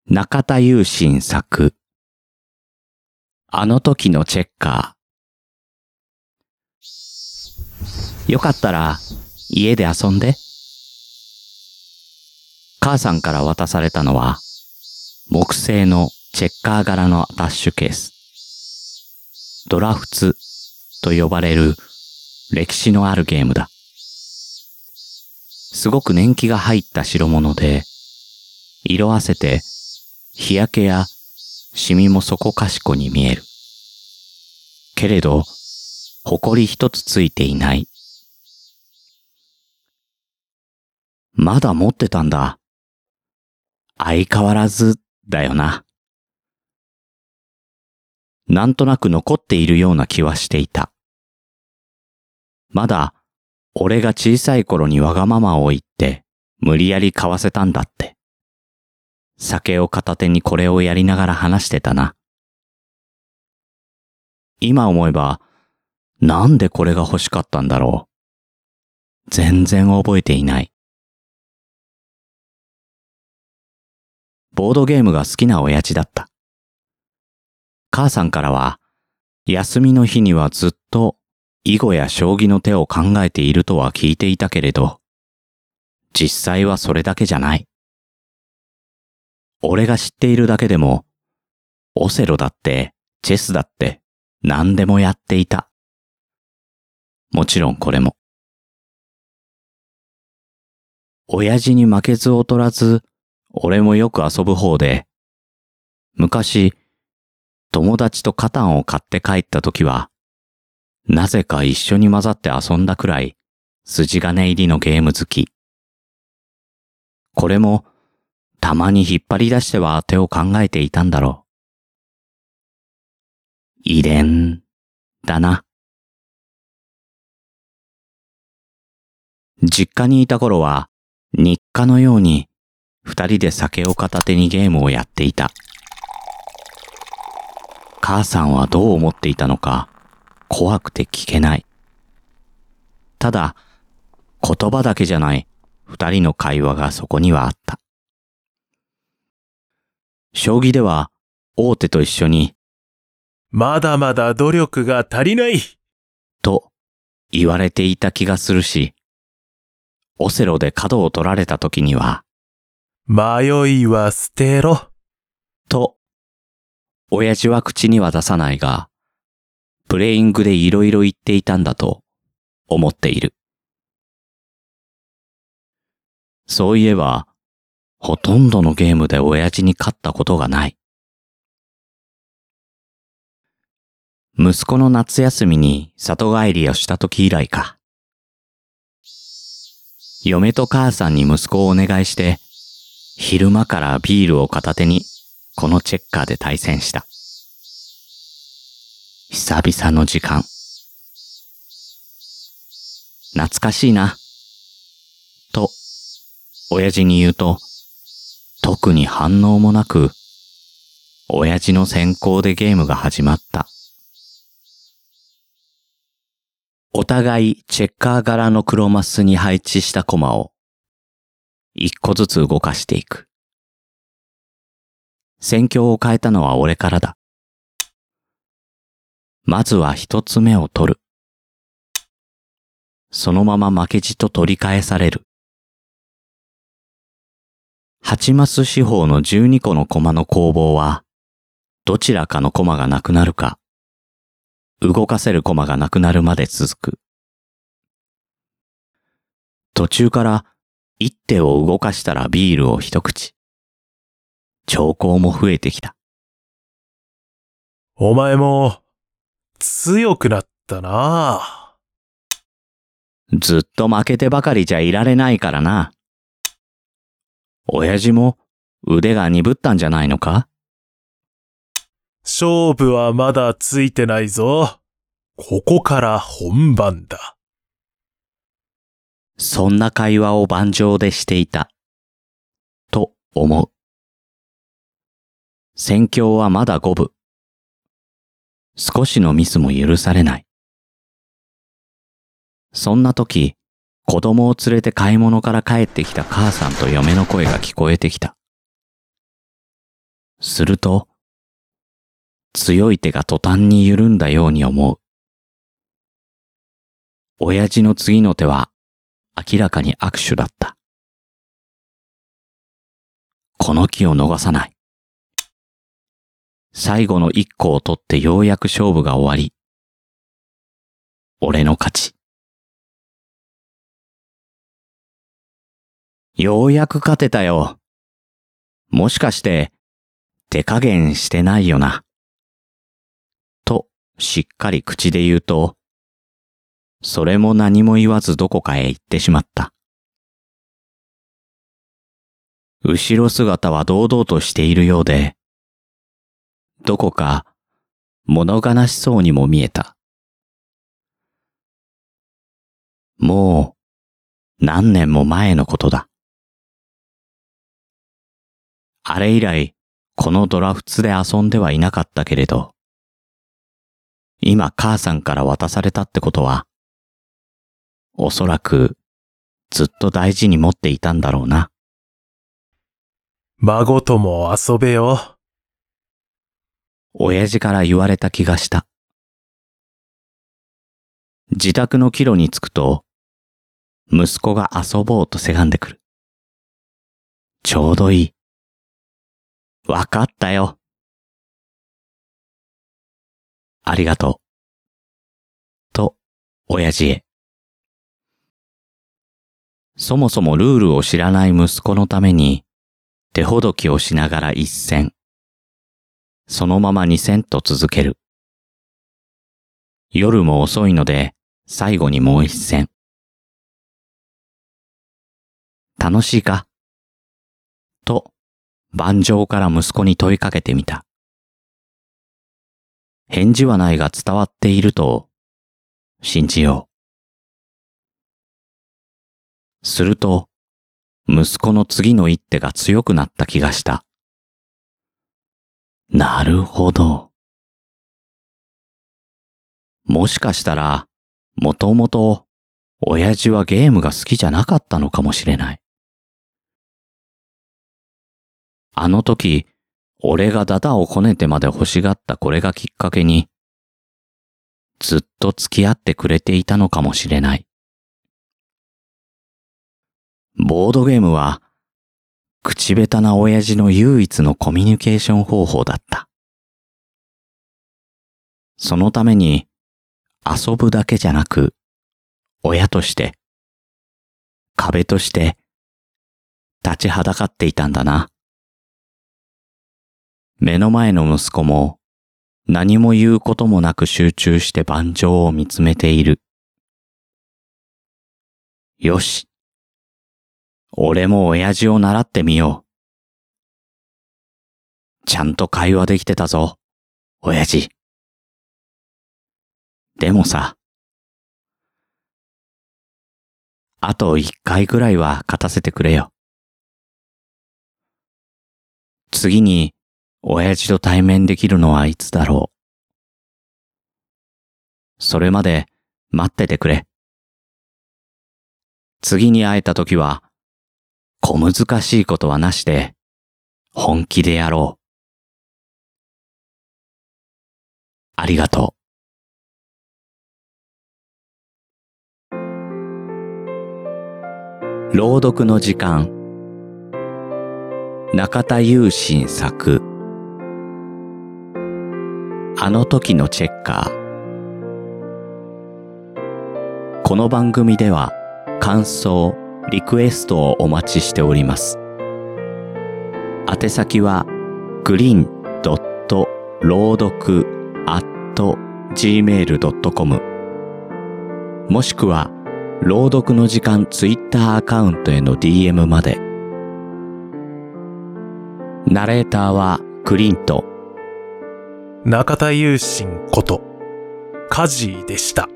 中田雄心作あの時のチェッカー。よかったら家で遊んで。母さんから渡されたのは木製のチェッカー柄のアタッシュケース。ドラフツと呼ばれる歴史のあるゲームだ。すごく年季が入った代物で、色あせて日焼けやシミもそこかしこに見える。けれど、埃一つついていない。まだ持ってたんだ。相変わらずだよな。なんとなく残っているような気はしていた。まだ俺が小さい頃にわがままを言って無理やり買わせたんだって。酒を片手にこれをやりながら話してたな。今思えば、なんでこれが欲しかったんだろう。全然覚えていない。ボードゲームが好きな親父だった。母さんからは、休みの日にはずっと囲碁や将棋の手を考えているとは聞いていたけれど、実際はそれだけじゃない。俺が知っているだけでも、オセロだってチェスだって何でもやっていた。もちろんこれも。親父に負けず劣らず、俺もよく遊ぶ方で、昔、友達とカタンを買って帰った時は、なぜか一緒に混ざって遊んだくらい、筋金入りのゲーム好き。これも、たまに引っ張り出しては手を考えていたんだろう。遺伝だな。実家にいた頃は日課のように二人で酒を片手にゲームをやっていた。母さんはどう思っていたのか怖くて聞けない。ただ言葉だけじゃない二人の会話がそこにはあった。将棋では大手と一緒にまだまだ努力が足りないと言われていた気がするし、オセロで角を取られた時には迷いは捨てろと親父は口には出さないが、プレイングでいろいろ言っていたんだと思っている。そういえば、ほとんどのゲームで親父に勝ったことがない。息子の夏休みに里帰りをした時以来か。嫁と母さんに息子をお願いして、昼間からビールを片手にこのチェッカーで対戦した。久々の時間。懐かしいな。と、親父に言うと、特に反応もなく、親父の先行でゲームが始まった。お互いチェッカー柄の黒マスに配置したコマを、一個ずつ動かしていく。戦況を変えたのは俺からだ。まずは一つ目を取る。そのまま負けじと取り返される。8マス四方の12個のコマの攻防は、どちらかのコマがなくなるか、動かせるコマがなくなるまで続く。途中から一手を動かしたらビールを一口。兆候も増えてきた。 お前も強くなったな。 ずっと負けてばかりじゃいられないからな。親父も腕が鈍ったんじゃないのか？ 勝負はまだついてないぞ。ここから本番だ。 そんな会話を盤上でしていた。と思う。戦況はまだ五分。少しのミスも許されない。そんな時、子供を連れて買い物から帰ってきた母さんと嫁の声が聞こえてきた。 すると、強い手が途端に緩んだように思う。親父の次の手は明らかに握手だった。この機を逃さない。最後の一個を取ってようやく勝負が終わり、俺の勝ち。ようやく勝てたよ。もしかして手加減してないよな。としっかり口で言うと、それも何も言わずどこかへ行ってしまった。後ろ姿は堂々としているようで、どこか物悲しそうにも見えた。もう何年も前のことだ。あれ以来このドラフツで遊んではいなかったけれど、今母さんから渡されたってことは、おそらくずっと大事に持っていたんだろうな。 孫とも遊べよ。 親父から言われた気がした。自宅の帰路に着くと、息子が遊ぼうとせがんでくる。ちょうどいい。わかったよ。ありがとう。と、親父へ。そもそもルールを知らない息子のために、手ほどきをしながら一戦。そのまま二戦と続ける。夜も遅いので、最後にもう一戦。楽しいか？と、盤上から息子に問いかけてみた。返事はないが伝わっていると、信じよう。すると、息子の次の一手が強くなった気がした。なるほど。もしかしたら、もともと、親父はゲームが好きじゃなかったのかもしれない。あの時、俺がダダをこねてまで欲しがったこれがきっかけに、ずっと付き合ってくれていたのかもしれない。ボードゲームは、口下手な親父の唯一のコミュニケーション方法だった。そのために、遊ぶだけじゃなく、親として、壁として、立ちはだかっていたんだな。目の前の息子も、何も言うこともなく集中して盤上を見つめている。よし。俺も親父を習ってみよう。ちゃんと会話できてたぞ、親父。でもさ、あと一回ぐらいは勝たせてくれよ。次に、親父と対面できるのはいつだろう。それまで待っててくれ。次に会えた時は、小難しいことはなしで、本気でやろう。ありがとう。朗読の時間。中田雄心作。あの時のチェッカー。この番組では感想、リクエストをお待ちしております。宛先は green.朗読@gmail.com もしくは朗読の時間ツイッターアカウントへの DM まで。ナレーターはクリント。 中田雄心こと、カジーでした。